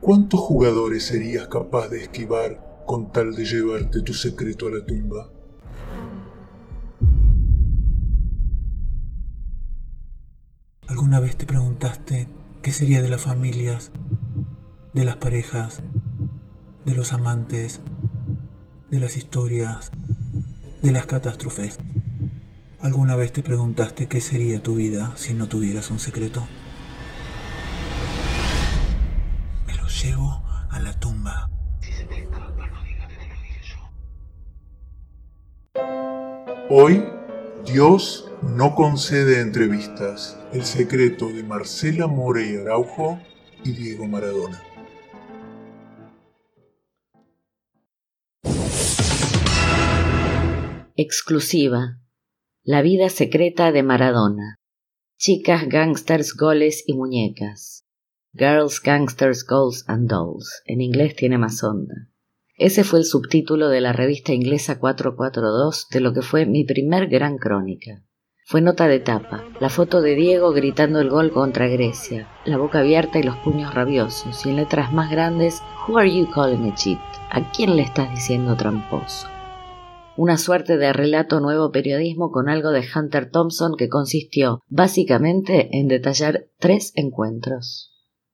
¿Cuántos jugadores serías capaz de esquivar con tal de llevarte tu secreto a la tumba? ¿Alguna vez te preguntaste qué sería de las familias, de las parejas, de los amantes, de las historias, de las catástrofes? ¿Alguna vez te preguntaste qué sería tu vida si no tuvieras un secreto? Me lo llevo a la tumba. Si se te escapa, no digas que te lo dije yo. Hoy, Dios no concede entrevistas. El secreto de Marcela Morey Araujo y Diego Maradona. Exclusiva. La vida secreta de Maradona. Chicas, gangsters, goles y muñecas. Girls, Gangsters, Goals and Dolls. En inglés tiene más onda. Ese fue el subtítulo de la revista inglesa 442 de lo que fue mi primer gran crónica. Fue nota de tapa, la foto de Diego gritando el gol contra Grecia, la boca abierta y los puños rabiosos, y en letras más grandes, "Who are you calling a cheat?" ¿A quién le estás diciendo tramposo? Una suerte de relato nuevo periodismo con algo de Hunter Thompson que consistió, básicamente, en detallar 3 encuentros.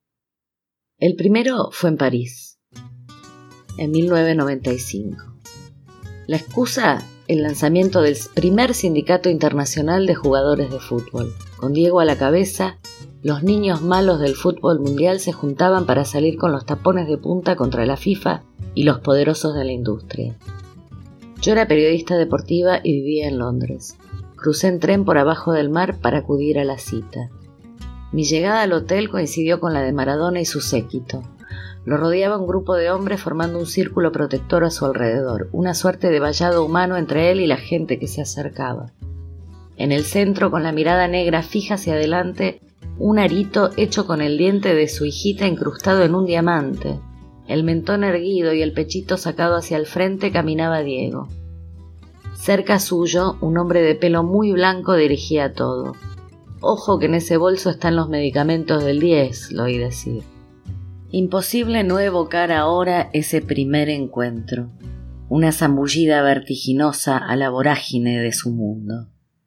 El primero fue en París, en 1995. La excusa, el lanzamiento del primer sindicato internacional de jugadores de fútbol. Con Diego a la cabeza, los niños malos del fútbol mundial se juntaban para salir con los tapones de punta contra la FIFA y los poderosos de la industria. Yo era periodista deportiva y vivía en Londres. Crucé en tren por abajo del mar para acudir a la cita. Mi llegada al hotel coincidió con la de Maradona y su séquito. Lo rodeaba un grupo de hombres formando un círculo protector a su alrededor, una suerte de vallado humano entre él y la gente que se acercaba. En el centro, con la mirada negra fija hacia adelante, un arito hecho con el diente de su hijita incrustado en un diamante. El mentón erguido y el pechito sacado hacia el frente caminaba Diego. Cerca suyo, un hombre de pelo muy blanco dirigía todo. Ojo que en ese bolso están los medicamentos del 10, lo oí decir. Imposible no evocar ahora ese primer encuentro, una zambullida vertiginosa a la vorágine de su mundo.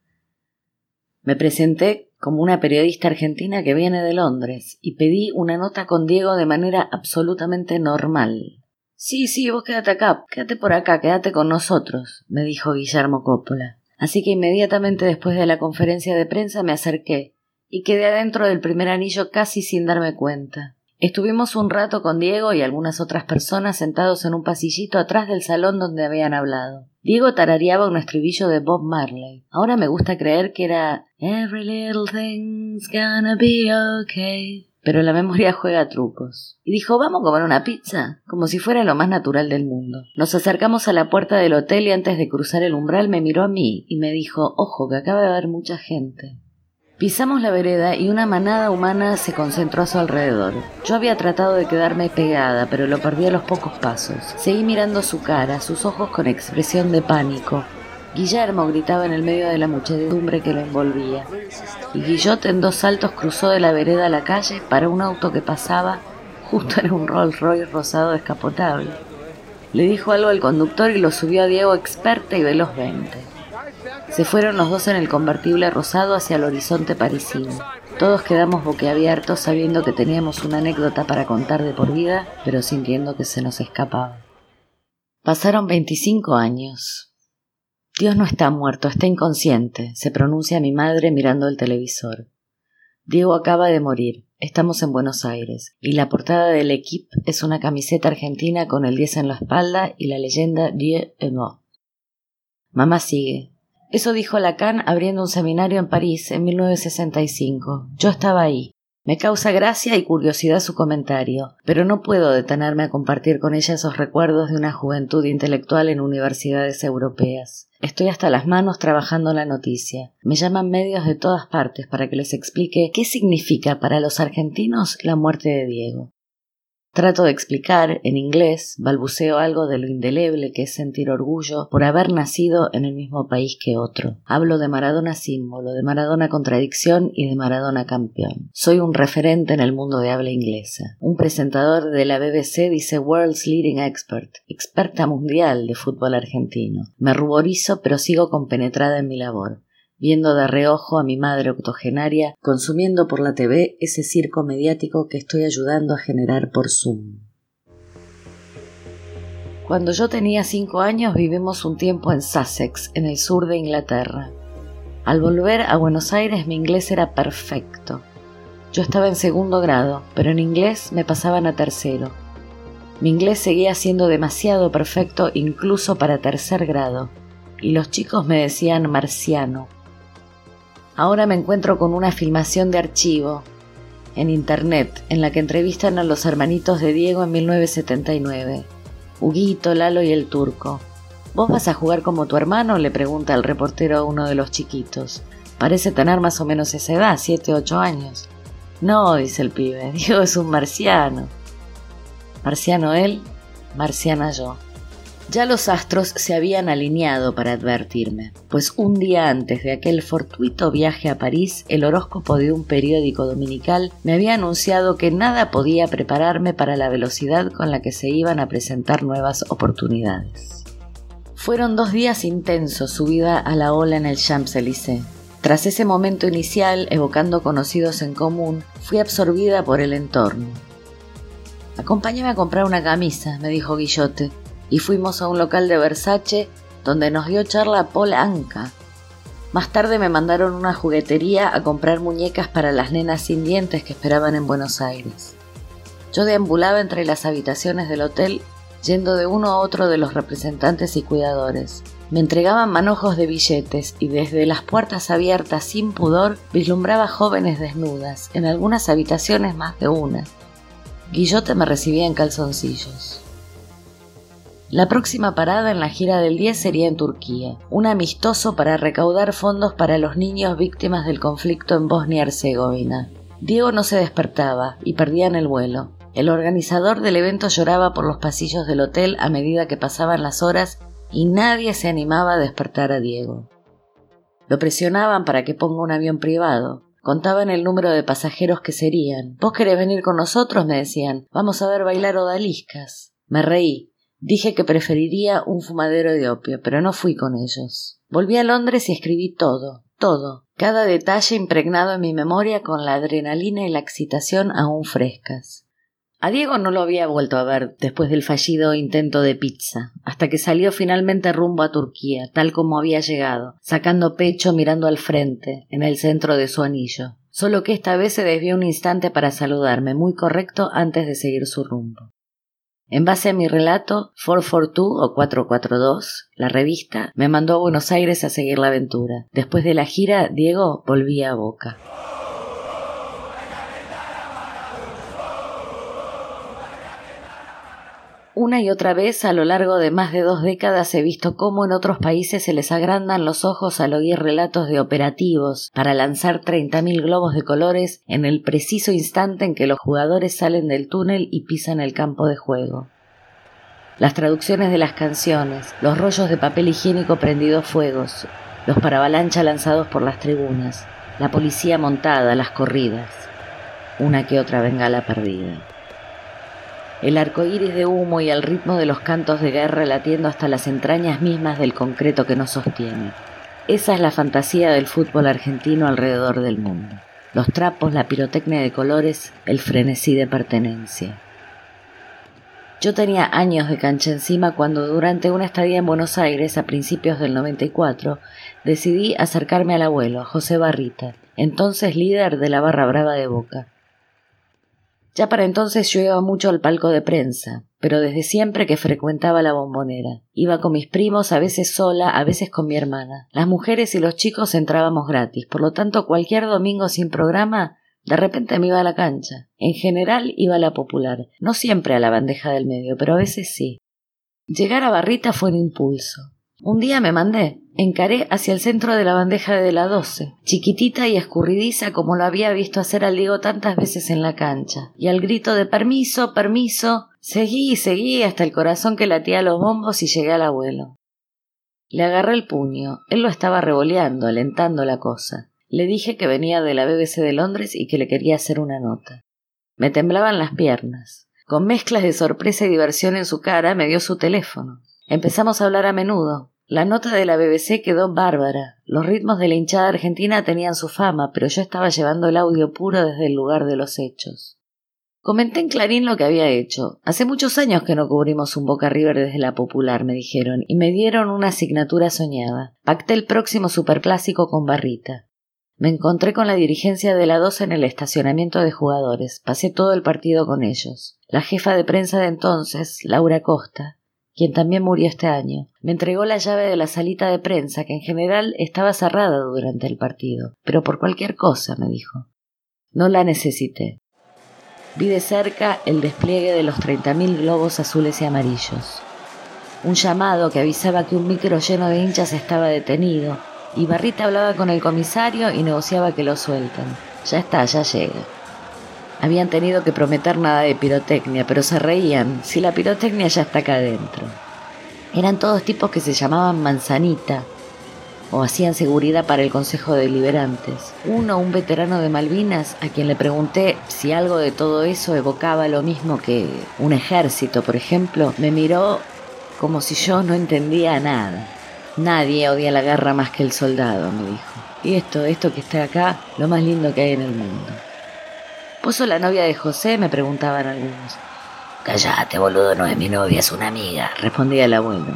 Me presenté como una periodista argentina que viene de Londres y pedí una nota con Diego de manera absolutamente normal. Sí, vos quédate acá, quédate por acá, quédate con nosotros, me dijo Guillermo Coppola. Así que inmediatamente después de la conferencia de prensa me acerqué y quedé adentro del primer anillo casi sin darme cuenta. Estuvimos un rato con Diego y algunas otras personas sentados en un pasillito atrás del salón donde habían hablado. Diego tarareaba un estribillo de Bob Marley. Ahora me gusta creer que era "Every little thing's gonna be okay", pero la memoria juega trucos. Y dijo, "¿Vamos a comer una pizza?", como si fuera lo más natural del mundo. Nos acercamos a la puerta del hotel y antes de cruzar el umbral me miró a mí y me dijo, "Ojo, que acaba de haber mucha gente". Pisamos la vereda y una manada humana se concentró a su alrededor. Yo había tratado de quedarme pegada, pero lo perdí a los pocos pasos. Seguí mirando su cara, sus ojos con expresión de pánico. Guillermo gritaba en el medio de la muchedumbre que lo envolvía. Y Guillot en 2 saltos cruzó de la vereda a la calle para un auto que pasaba. Justo era un Rolls Royce rosado descapotable. Le dijo algo al conductor y lo subió a Diego experta y velozmente. Se fueron los dos en el convertible rosado hacia el horizonte parisino. Todos quedamos boquiabiertos sabiendo que teníamos una anécdota para contar de por vida, pero sintiendo que se nos escapaba. Pasaron 25 años. Dios no está muerto, está inconsciente, se pronuncia mi madre mirando el televisor. Diego acaba de morir, estamos en Buenos Aires, y la portada del Equipe es una camiseta argentina con el 10 en la espalda y la leyenda Dieu est mort. Mamá sigue. Eso dijo Lacan abriendo un seminario en París en 1965. Yo estaba ahí. Me causa gracia y curiosidad su comentario, pero no puedo detenerme a compartir con ella esos recuerdos de una juventud intelectual en universidades europeas. Estoy hasta las manos trabajando en la noticia. Me llaman medios de todas partes para que les explique qué significa para los argentinos la muerte de Diego. Trato de explicar, en inglés, balbuceo algo de lo indeleble que es sentir orgullo por haber nacido en el mismo país que otro. Hablo de Maradona símbolo, de Maradona contradicción y de Maradona campeón. Soy un referente en el mundo de habla inglesa. Un presentador de la BBC dice World's Leading Expert, experta mundial de fútbol argentino. Me ruborizo, pero sigo compenetrada en mi labor, viendo de reojo a mi madre octogenaria consumiendo por la TV ese circo mediático que estoy ayudando a generar por Zoom. Cuando yo tenía 5 años vivimos un tiempo en Sussex, en el sur de Inglaterra. Al volver a Buenos Aires mi inglés era perfecto. Yo estaba en 2º grado, pero en inglés me pasaban a 3º. Mi inglés seguía siendo demasiado perfecto incluso para 3er grado, y los chicos me decían marciano. Ahora me encuentro con una filmación de archivo en internet en la que entrevistan a los hermanitos de Diego en 1979, Huguito, Lalo y el Turco. ¿Vos vas a jugar como tu hermano?, le pregunta el reportero a uno de los chiquitos. Parece tener más o menos esa edad, 7 u 8 años. No, dice el pibe, Diego es un marciano. Marciano él, marciana yo. Ya los astros se habían alineado para advertirme, pues un día antes de aquel fortuito viaje a París, el horóscopo de un periódico dominical me había anunciado que nada podía prepararme para la velocidad con la que se iban a presentar nuevas oportunidades. Fueron 2 días intensos, subida a la ola en el Champs-Élysées. Tras ese momento inicial, evocando conocidos en común, fui absorbida por el entorno. «Acompáñame a comprar una camisa», me dijo Guillote, y fuimos a un local de Versace donde nos dio charla Paul Anka. Más tarde me mandaron a una juguetería a comprar muñecas para las nenas sin dientes que esperaban en Buenos Aires. Yo deambulaba entre las habitaciones del hotel yendo de uno a otro de los representantes y cuidadores. Me entregaban manojos de billetes y desde las puertas abiertas sin pudor vislumbraba jóvenes desnudas, en algunas habitaciones más de una. Guillote me recibía en calzoncillos. La próxima parada en la gira del 10 sería en Turquía, un amistoso para recaudar fondos para los niños víctimas del conflicto en Bosnia-Herzegovina. Diego no se despertaba y perdían el vuelo. El organizador del evento lloraba por los pasillos del hotel a medida que pasaban las horas y nadie se animaba a despertar a Diego. Lo presionaban para que ponga un avión privado. Contaban el número de pasajeros que serían. «¿Vos querés venir con nosotros?», me decían. «Vamos a ver bailar odaliscas». Me reí. Dije que preferiría un fumadero de opio, pero no fui con ellos. Volví a Londres y escribí todo, cada detalle impregnado en mi memoria con la adrenalina y la excitación aún frescas. A Diego no lo había vuelto a ver después del fallido intento de pizza, hasta que salió finalmente rumbo a Turquía, tal como había llegado, sacando pecho mirando al frente, en el centro de su anillo. Solo que esta vez se desvió un instante para saludarme, muy correcto antes de seguir su rumbo. En base a mi relato, 442 o 442, la revista, me mandó a Buenos Aires a seguir la aventura. Después de la gira, Diego volvía a Boca. Una y otra vez, a lo largo de más de 2 décadas, he visto cómo en otros países se les agrandan los ojos al oír relatos de operativos para lanzar 30.000 globos de colores en el preciso instante en que los jugadores salen del túnel y pisan el campo de juego. Las traducciones de las canciones, los rollos de papel higiénico prendidos fuegos, los paravalancha lanzados por las tribunas, la policía montada, las corridas, una que otra bengala perdida. El arco iris de humo y el ritmo de los cantos de guerra latiendo hasta las entrañas mismas del concreto que nos sostiene. Esa es la fantasía del fútbol argentino alrededor del mundo. Los trapos, la pirotecnia de colores, el frenesí de pertenencia. Yo tenía años de cancha encima cuando durante una estadía en Buenos Aires a principios del 94 decidí acercarme al abuelo, a José Barrita, entonces líder de la barra brava de Boca. Ya para entonces yo iba mucho al palco de prensa, pero desde siempre que frecuentaba la Bombonera. Iba con mis primos, a veces sola, a veces con mi hermana. Las mujeres y los chicos entrábamos gratis, por lo tanto cualquier domingo sin programa, de repente me iba a la cancha. En general iba a la popular, no siempre a la bandeja del medio, pero a veces sí. Llegar a Barrita fue un impulso. Un día me mandé. Encaré hacia el centro de la bandeja de la 12, chiquitita y escurridiza como lo había visto hacer al Diego tantas veces en la cancha, y al grito de permiso, permiso, seguí hasta el corazón que latía los bombos y llegué al abuelo. Le agarré el puño, él lo estaba revoleando, alentando la cosa. Le dije que venía de la BBC de Londres y que le quería hacer una nota. Me temblaban las piernas. Con mezclas de sorpresa y diversión en su cara me dio su teléfono. Empezamos a hablar a menudo. La nota de la BBC quedó bárbara. Los ritmos de la hinchada argentina tenían su fama, pero yo estaba llevando el audio puro desde el lugar de los hechos. Comenté en Clarín lo que había hecho. Hace muchos años que no cubrimos un Boca River desde la Popular, me dijeron, y me dieron una asignatura soñada. Pacté el próximo superclásico con Barrita. Me encontré con la dirigencia de la 12 en el estacionamiento de jugadores. Pasé todo el partido con ellos. La jefa de prensa de entonces, Laura Costa, quien también murió este año, me entregó la llave de la salita de prensa, que en general estaba cerrada durante el partido, pero por cualquier cosa, me dijo. No la necesité. Vi de cerca el despliegue de los 30.000 globos azules y amarillos. Un llamado que avisaba que un micro lleno de hinchas estaba detenido, y Barrita hablaba con el comisario y negociaba que lo suelten. Ya está, ya llega. Habían tenido que prometer nada de pirotecnia, pero se reían. Si la pirotecnia ya está acá adentro. Eran todos tipos que se llamaban Manzanita, o hacían seguridad para el Consejo de Deliberantes. Uno, un veterano de Malvinas, a quien le pregunté si algo de todo eso evocaba lo mismo que un ejército, por ejemplo, me miró como si yo no entendía nada. Nadie odia la guerra más que el soldado, me dijo. Y esto que está acá, lo más lindo que hay en el mundo. ¿Vos sos la novia de José?, me preguntaban algunos. Cállate, boludo, no es mi novia, es una amiga, respondía el abuelo.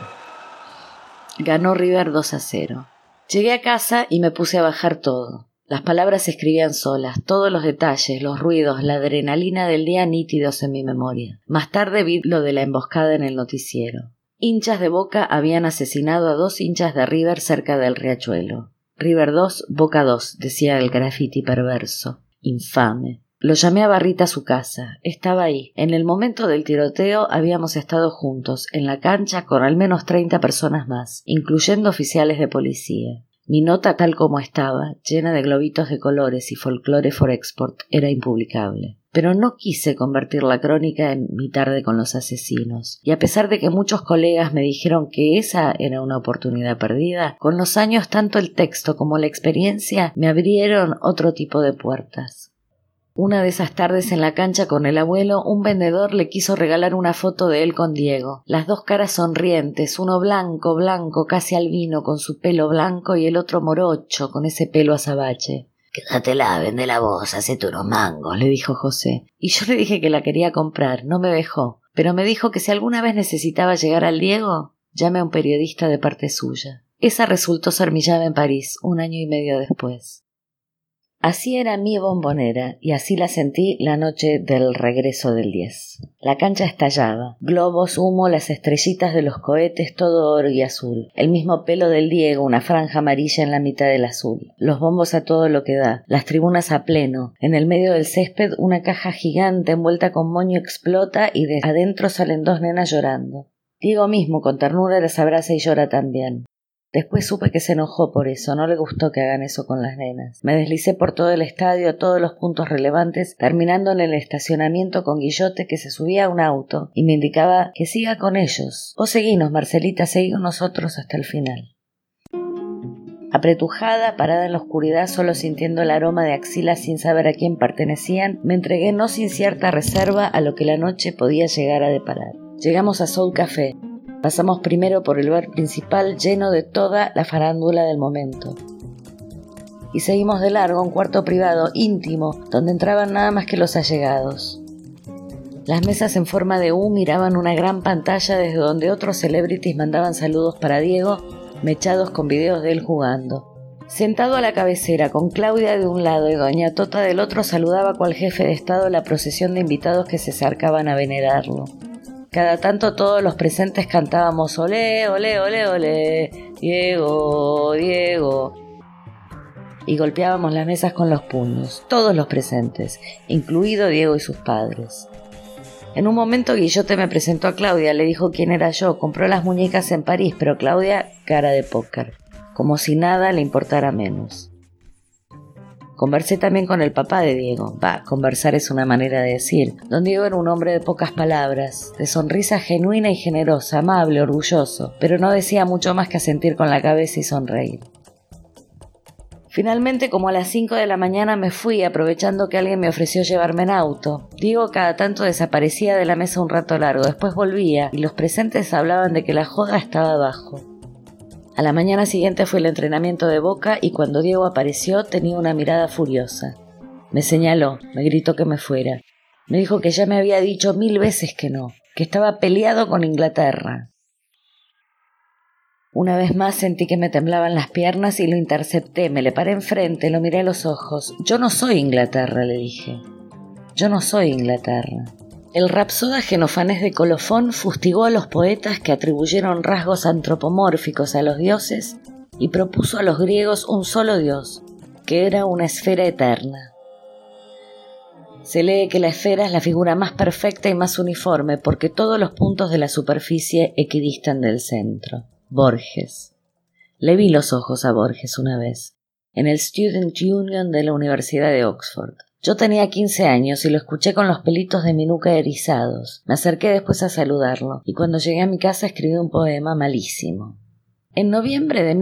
Ganó River 2-0. Llegué a casa y me puse a bajar todo. Las palabras se escribían solas, todos los detalles, los ruidos, la adrenalina del día nítidos en mi memoria. Más tarde vi lo de la emboscada en el noticiero. Hinchas de Boca habían asesinado a 2 hinchas de River cerca del riachuelo. River 2, Boca 2, decía el graffiti perverso. Infame. Lo llamé a Barrita a su casa. Estaba ahí. En el momento del tiroteo habíamos estado juntos, en la cancha con al menos 30 personas más, incluyendo oficiales de policía. Mi nota, tal como estaba, llena de globitos de colores y folclore for export, era impublicable. Pero no quise convertir la crónica en mi tarde con los asesinos, y a pesar de que muchos colegas me dijeron que esa era una oportunidad perdida, con los años tanto el texto como la experiencia me abrieron otro tipo de puertas. Una de esas tardes en la cancha con el abuelo, un vendedor le quiso regalar una foto de él con Diego. Las dos caras sonrientes, uno blanco, casi albino, con su pelo blanco, y el otro morocho, con ese pelo azabache. «Quédatela, vendela vos, hacete unos mangos», le dijo José. Y yo le dije que la quería comprar, no me dejó. Pero me dijo que si alguna vez necesitaba llegar al Diego, llame a un periodista de parte suya. Esa resultó ser mi llave en París, 1 año y medio después. Así era mi Bombonera, y así la sentí la noche del regreso del 10. La cancha estallaba, globos, humo, las estrellitas de los cohetes, todo oro y azul. El mismo pelo del Diego, una franja amarilla en la mitad del azul. Los bombos a todo lo que da, las tribunas a pleno. En el medio del césped, una caja gigante envuelta con moño explota y de adentro salen 2 nenas llorando. Diego mismo, con ternura, las abraza y llora también. Después supe que se enojó por eso, no le gustó que hagan eso con las nenas. Me deslicé por todo el estadio, a todos los puntos relevantes, terminando en el estacionamiento con Guillote, que se subía a un auto y me indicaba que siga con ellos. Vos seguinos, Marcelita, seguí con nosotros hasta el final. Apretujada, parada en la oscuridad, solo sintiendo el aroma de axilas sin saber a quién pertenecían, me entregué no sin cierta reserva a lo que la noche podía llegar a deparar. Llegamos a Soul Café. Pasamos primero por el bar principal lleno de toda la farándula del momento. Y seguimos de largo a un cuarto privado íntimo donde entraban nada más que los allegados. Las mesas en forma de U miraban una gran pantalla desde donde otros celebrities mandaban saludos para Diego, mechados con videos de él jugando. Sentado a la cabecera, con Claudia de un lado y doña Tota del otro, saludaba cual jefe de estado la procesión de invitados que se acercaban a venerarlo. Cada tanto todos los presentes cantábamos «Olé, olé, olé, olé, Diego, Diego». Y golpeábamos las mesas con los puños, todos los presentes, incluido Diego y sus padres. En un momento Guillote me presentó a Claudia, le dijo quién era yo, compró las muñecas en París, pero Claudia, cara de póker. como si nada le importara menos. Conversé también con el papá de Diego. Conversar es una manera de decir. Don Diego era un hombre de pocas palabras, de sonrisa genuina y generosa, amable, orgulloso, pero no decía mucho más que asentir con la cabeza y sonreír. Finalmente, como a las 5 de la mañana me fui, aprovechando que alguien me ofreció llevarme en auto. Diego cada tanto desaparecía de la mesa un rato largo, después volvía, y los presentes hablaban de que la joda estaba abajo. A la mañana siguiente fue el entrenamiento de Boca y cuando Diego apareció tenía una mirada furiosa. Me señaló, me gritó que me fuera. Me dijo que ya me había dicho 1000 veces que no, que estaba peleado con Inglaterra. Una vez más sentí que me temblaban las piernas y lo intercepté, me le paré enfrente, lo miré a los ojos. Yo no soy Inglaterra, le dije. Yo no soy Inglaterra. El rapsoda Jenofanes de Colofón fustigó a los poetas que atribuyeron rasgos antropomórficos a los dioses y propuso a los griegos un solo dios, que era una esfera eterna. Se lee que la esfera es la figura más perfecta y más uniforme porque todos los puntos de la superficie equidistan del centro. Borges. Le vi los ojos a Borges una vez, en el Student Union de la Universidad de Oxford. Yo tenía 15 años y lo escuché con los pelitos de mi nuca erizados. Me acerqué después a saludarlo, y cuando llegué a mi casa escribí un poema malísimo. En noviembre de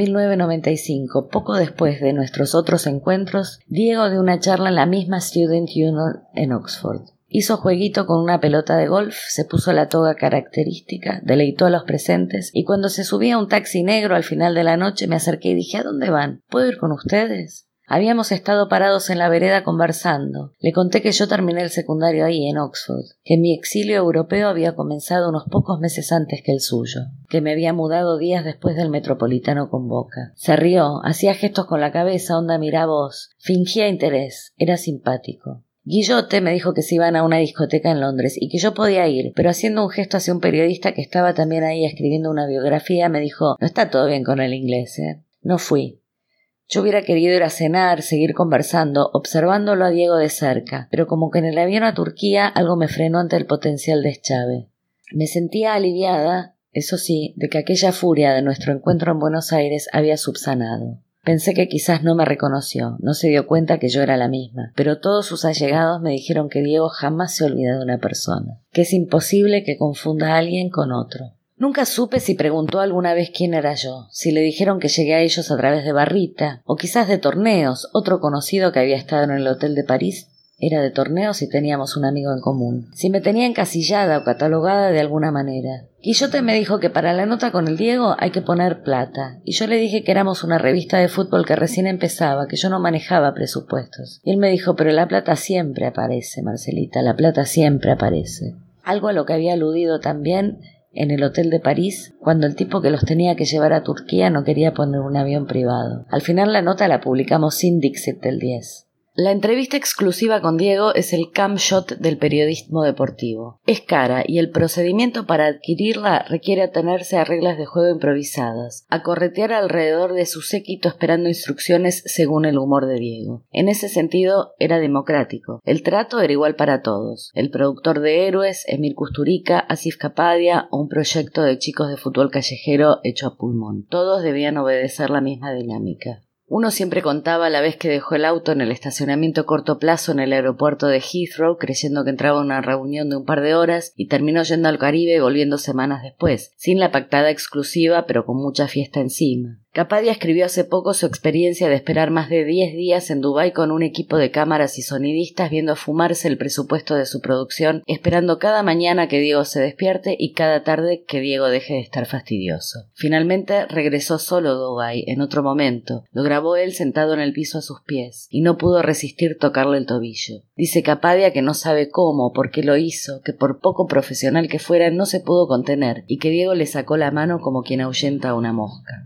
1995, poco después de nuestros otros encuentros, Diego dio una charla en la misma Student Union en Oxford. Hizo jueguito con una pelota de golf, se puso la toga característica, deleitó a los presentes, y cuando se subía a un taxi negro al final de la noche me acerqué y dije: ¿A dónde van? ¿Puedo ir con ustedes? Habíamos estado parados en la vereda conversando. Le conté que yo terminé el secundario ahí, en Oxford, que mi exilio europeo había comenzado unos pocos meses antes que el suyo, que me había mudado días después del Metropolitano con Boca. Se rió, hacía gestos con la cabeza, onda mirá vos, fingía interés, era simpático. Guillote me dijo que se iban a una discoteca en Londres y que yo podía ir, pero haciendo un gesto hacia un periodista que estaba también ahí escribiendo una biografía me dijo: no está todo bien con el inglés, ¿eh? No fui. Yo hubiera querido ir a cenar, seguir conversando, observándolo a Diego de cerca, pero como que en el avión a Turquía algo me frenó ante el potencial deschave. Me sentía aliviada, eso sí, de que aquella furia de nuestro encuentro en Buenos Aires había subsanado. Pensé que quizás no me reconoció, no se dio cuenta que yo era la misma, pero todos sus allegados me dijeron que Diego jamás se olvida de una persona, que es imposible que confunda a alguien con otro. Nunca supe si preguntó alguna vez quién era yo, si le dijeron que llegué a ellos a través de Barrita, o quizás de Torneos, otro conocido que había estado en el Hotel de París. Era de Torneos y teníamos un amigo en común. Si me tenía encasillada o catalogada de alguna manera. Guillote me dijo que para la nota con el Diego hay que poner plata, y yo le dije que éramos una revista de fútbol que recién empezaba, que yo no manejaba presupuestos. Y él me dijo: pero la plata siempre aparece, Marcelita, la plata siempre aparece. Algo a lo que había aludido también en el Hotel de París, cuando el tipo que los tenía que llevar a Turquía no quería poner un avión privado. Al final la nota la publicamos sin Dixit del 10. La entrevista exclusiva con Diego es el cam shot del periodismo deportivo. Es cara y el procedimiento para adquirirla requiere atenerse a reglas de juego improvisadas, a corretear alrededor de su séquito esperando instrucciones según el humor de Diego. En ese sentido era democrático. El trato era igual para todos. El productor de Héroes, Emir Kusturica, Asif Kapadia o un proyecto de chicos de fútbol callejero hecho a pulmón. Todos debían obedecer la misma dinámica. Uno siempre contaba la vez que dejó el auto en el estacionamiento a corto plazo en el aeropuerto de Heathrow creyendo que entraba a una reunión de un par de horas y terminó yendo al Caribe y volviendo semanas después, sin la pactada exclusiva pero con mucha fiesta encima. Kapadia escribió hace poco su experiencia de esperar más de 10 días en Dubái con un equipo de cámaras y sonidistas viendo fumarse el presupuesto de su producción, esperando cada mañana que Diego se despierte y cada tarde que Diego deje de estar fastidioso. Finalmente regresó solo a Dubái en otro momento. Lo grabó él sentado en el piso a sus pies y no pudo resistir tocarle el tobillo. Dice Kapadia que no sabe cómo, por qué lo hizo, que por poco profesional que fuera no se pudo contener y que Diego le sacó la mano como quien ahuyenta a una mosca.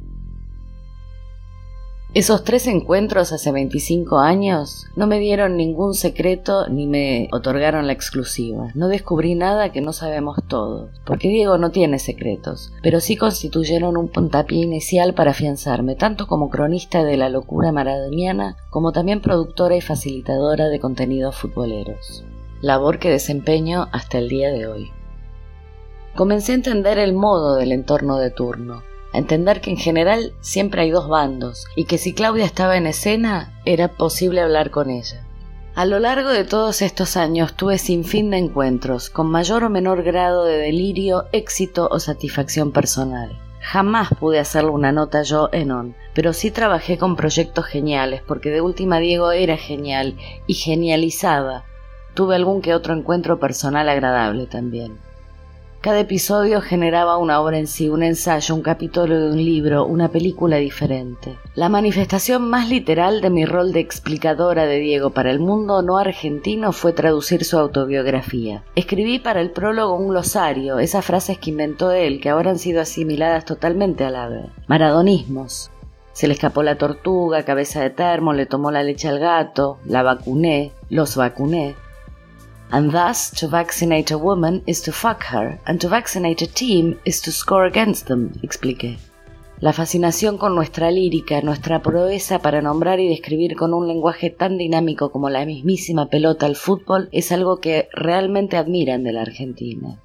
Esos 3 encuentros hace 25 años no me dieron ningún secreto ni me otorgaron la exclusiva. No descubrí nada que no sabemos todos, porque Diego no tiene secretos, pero sí constituyeron un puntapié inicial para afianzarme, tanto como cronista de la locura maradoniana, como también productora y facilitadora de contenidos futboleros. Labor que desempeño hasta el día de hoy. Comencé a entender el modo del entorno de turno. a entender que en general siempre hay dos bandos y que si Claudia estaba en escena era posible hablar con ella. A lo largo de todos estos años tuve sinfín de encuentros, con mayor o menor grado de delirio, éxito o satisfacción personal. Jamás pude hacerle una nota yo en On, pero sí trabajé con proyectos geniales, porque de última Diego era genial y genializaba. Tuve algún que otro encuentro personal agradable también. Cada episodio generaba una obra en sí, un ensayo, un capítulo de un libro, una película diferente. La manifestación más literal de mi rol de explicadora de Diego para el mundo no argentino fue traducir su autobiografía. Escribí para el prólogo un glosario, esas frases que inventó él, que ahora han sido asimiladas totalmente al ave. Maradonismos. Se le escapó la tortuga, cabeza de termo, le tomó la leche al gato, la vacuné, los vacuné. And thus, to vaccinate a woman is to fuck her, and to vaccinate a team is to score against them, expliqué. La fascinación con nuestra lírica, nuestra proeza para nombrar y describir con un lenguaje tan dinámico como la mismísima pelota al fútbol es algo que realmente admiran de la Argentina.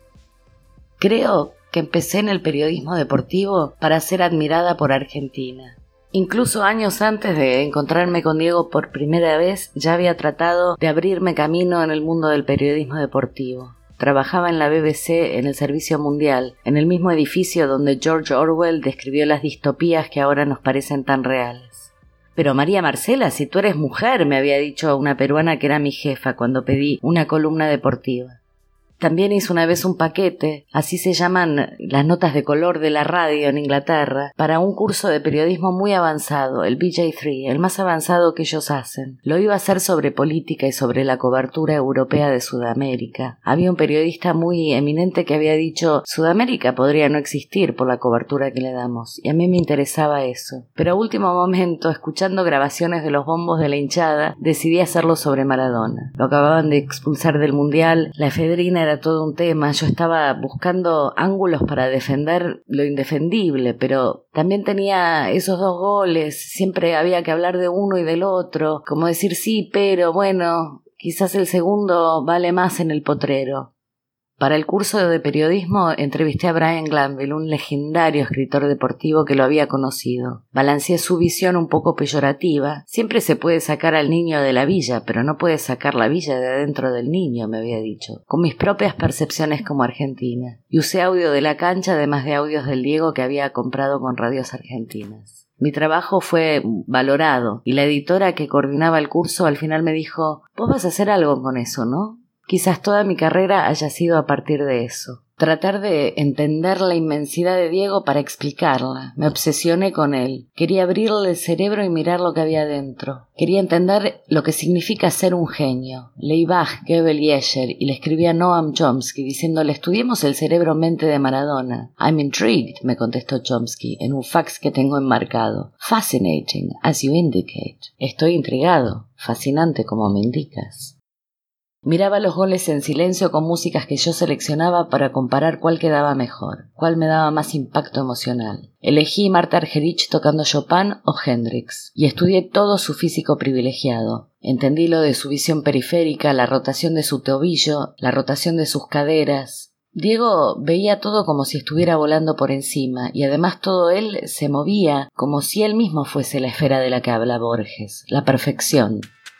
Creo que empecé en el periodismo deportivo para ser admirada por Argentina. Incluso años antes de encontrarme con Diego por primera vez, ya había tratado de abrirme camino en el mundo del periodismo deportivo. Trabajaba en la BBC en el Servicio Mundial, en el mismo edificio donde George Orwell describió las distopías que ahora nos parecen tan reales. Pero María Marcela, si tú eres mujer, me había dicho una peruana que era mi jefa cuando pedí una columna deportiva. También hizo una vez un paquete, así se llaman las notas de color de la radio en Inglaterra, para un curso de periodismo muy avanzado, el BJ3, el más avanzado que ellos hacen. Lo iba a hacer sobre política y sobre la cobertura europea de Sudamérica. Había un periodista muy eminente que había dicho, Sudamérica podría no existir por la cobertura que le damos, y a mí me interesaba eso. Pero a último momento, escuchando grabaciones de los bombos de la hinchada, decidí hacerlo sobre Maradona. Lo acababan de expulsar del Mundial, la efedrina era todo un tema, yo estaba buscando ángulos para defender lo indefendible, pero también tenía esos dos goles, siempre había que hablar de uno y del otro, como decir sí, pero bueno, quizás el segundo vale más en el potrero. Para el curso de periodismo entrevisté a Brian Glanville, un legendario escritor deportivo que lo había conocido. Balanceé su visión un poco peyorativa. Siempre se puede sacar al niño de la villa, pero no puedes sacar la villa de adentro del niño, me había dicho, con mis propias percepciones como argentina. Y usé audio de la cancha, además de audios del Diego que había comprado con radios argentinas. Mi trabajo fue valorado, y la editora que coordinaba el curso al final me dijo, vos vas a hacer algo con eso, ¿no? Quizás toda mi carrera haya sido a partir de eso. Tratar de entender la inmensidad de Diego para explicarla. Me obsesioné con él. Quería abrirle el cerebro y mirar lo que había dentro. Quería entender lo que significa ser un genio. Leí Bach, Goebel y Escher y le escribí a Noam Chomsky diciéndole estudiemos el cerebro-mente de Maradona. I'm intrigued, me contestó Chomsky en un fax que tengo enmarcado. Fascinating, as you indicate. Estoy intrigado. Fascinante como me indicas. Miraba los goles en silencio con músicas que yo seleccionaba para comparar cuál quedaba mejor, cuál me daba más impacto emocional. Elegí Marta Argerich tocando Chopin o Hendrix, y estudié todo su físico privilegiado. Entendí lo de su visión periférica, la rotación de su tobillo, la rotación de sus caderas. Diego veía todo como si estuviera volando por encima, y además todo él se movía como si él mismo fuese la esfera de la que habla Borges, la perfección.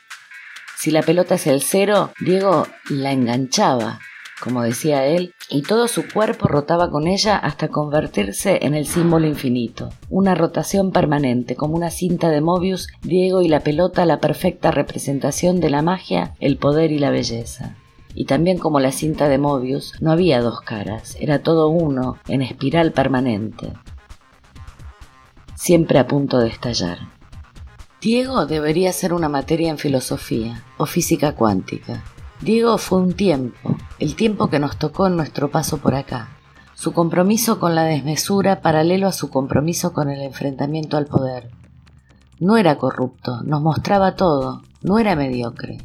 Si la pelota es el cero, Diego la enganchaba, como decía él, y todo su cuerpo rotaba con ella hasta convertirse en el símbolo infinito. Una rotación permanente, como una cinta de Mobius, Diego y la pelota la perfecta representación de la magia, el poder y la belleza. Y también como la cinta de Mobius, no había dos caras, era todo uno, en espiral permanente. Siempre a punto de estallar. Diego debería ser una materia en filosofía o física cuántica. Diego fue un tiempo, el tiempo que nos tocó en nuestro paso por acá. Su compromiso con la desmesura paralelo a su compromiso con el enfrentamiento al poder. No era corrupto, nos mostraba todo, no era mediocre.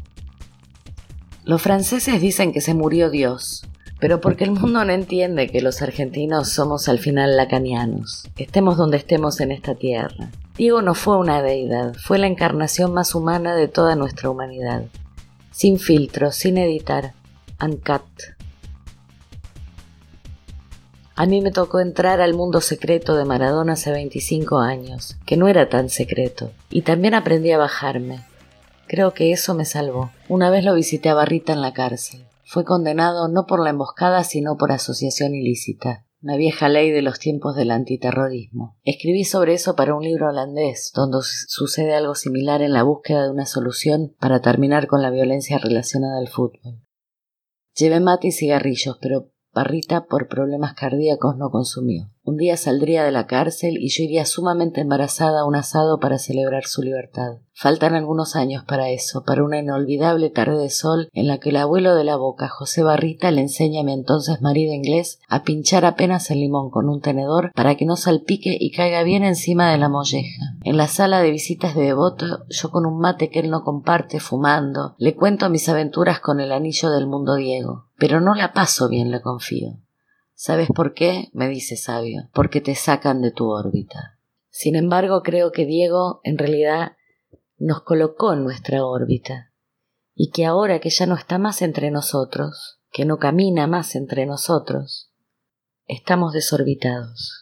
Los franceses dicen que se murió Dios, pero porque el mundo no entiende que los argentinos somos al final lacanianos, estemos donde estemos en esta tierra. Diego no fue una deidad, fue la encarnación más humana de toda nuestra humanidad. Sin filtro, sin editar, uncut. A mí me tocó entrar al mundo secreto de Maradona hace 25 años, que no era tan secreto, y también aprendí a bajarme. Creo que eso me salvó. Una vez lo visité a Barrita en la cárcel. Fue condenado no por la emboscada, sino por asociación ilícita, una vieja ley de los tiempos del antiterrorismo. Escribí sobre eso para un libro holandés, donde sucede algo similar en la búsqueda de una solución para terminar con la violencia relacionada al fútbol. Llevé mate y cigarrillos, pero Barrita por problemas cardíacos no consumió. Un día saldría de la cárcel y yo iría sumamente embarazada a un asado para celebrar su libertad. Faltan algunos años para eso, para una inolvidable tarde de sol en la que el abuelo de la Boca, José Barrita, le enseña a mi entonces marido inglés a pinchar apenas el limón con un tenedor para que no salpique y caiga bien encima de la molleja. En la sala de visitas de Devoto, yo con un mate que él no comparte, fumando, le cuento mis aventuras con el anillo del mundo Diego. Pero no la paso bien, le confío. ¿Sabes por qué? Me dice sabio. Porque te sacan de tu órbita. Sin embargo, creo que Diego, en realidad, nos colocó en nuestra órbita. Y que ahora que ya no está más entre nosotros, que no camina más entre nosotros, estamos desorbitados.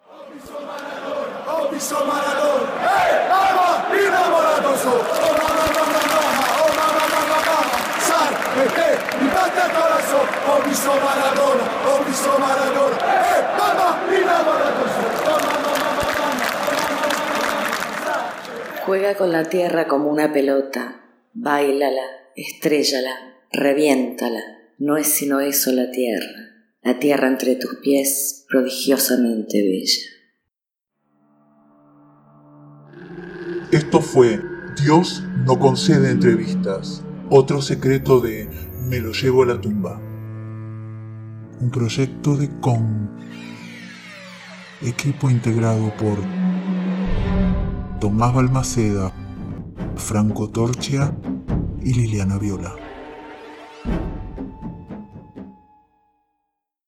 Juega con la tierra como una pelota, báilala, estréllala, reviéntala. No es sino eso la tierra entre tus pies, prodigiosamente bella. Esto fue Dios no concede entrevistas, otro secreto de Me lo llevo a la tumba. Un proyecto de equipo integrado por Tomás Balmaceda, Franco Torchia y Liliana Viola.